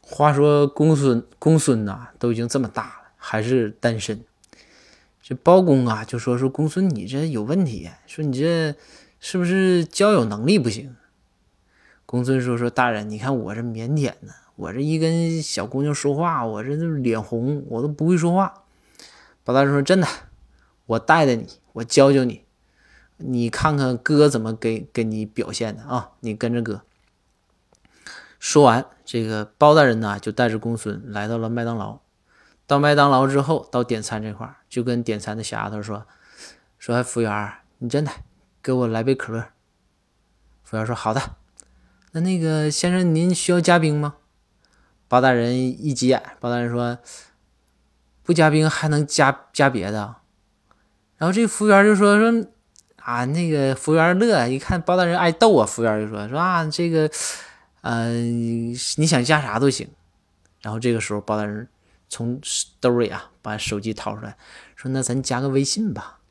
话说公孙呐、都已经这么大了，还是单身。这包公啊就说公孙你这有问题，说你这是不是交友能力不行？公孙说大人，你看我这腼腆的，我这一跟小姑娘说话，我这都脸红，我都不会说话。包大人说真的，我带着你，我教教你，你看看哥怎么给你表现的啊，你跟着哥。说完，这个包大人呢就带着公孙来到了麦当劳。到麦当劳之后，到点餐这块就跟点餐的小丫头说服务员，你真的给我来杯可乐。服务员说好的。那个先生您需要加冰吗？包大人一急眼，包大人说不加冰还能加别的。然后这服务员就说啊，那个服务员乐，一看包大人爱逗啊，服务员就说啊这个你想加啥都行。然后这个时候包大人从兜里啊把手机掏出来，说那咱加个微信吧。